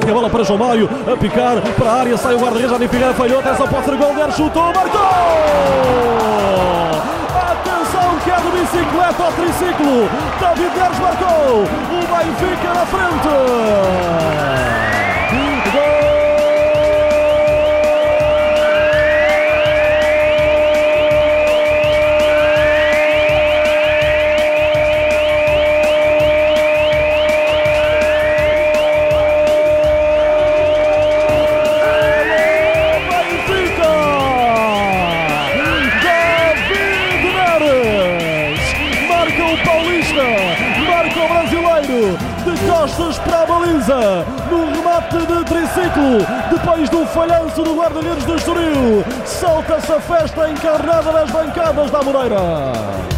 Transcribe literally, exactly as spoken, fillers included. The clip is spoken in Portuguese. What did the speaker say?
a bola para João Mário, a picar para a área, sai o guarda-redes, Dani Figueira falhou, atenção, pode ser gol, Der chutou, marcou! Atenção que é do bicicleta ao triciclo, David Neres marcou, o Benfica na frente! Gol! Marca o brasileiro de costas para a baliza no remate de triciclo, depois do falhanço do guarda-redes do Estoril. Solta-se a festa encarnada nas bancadas da Moreira.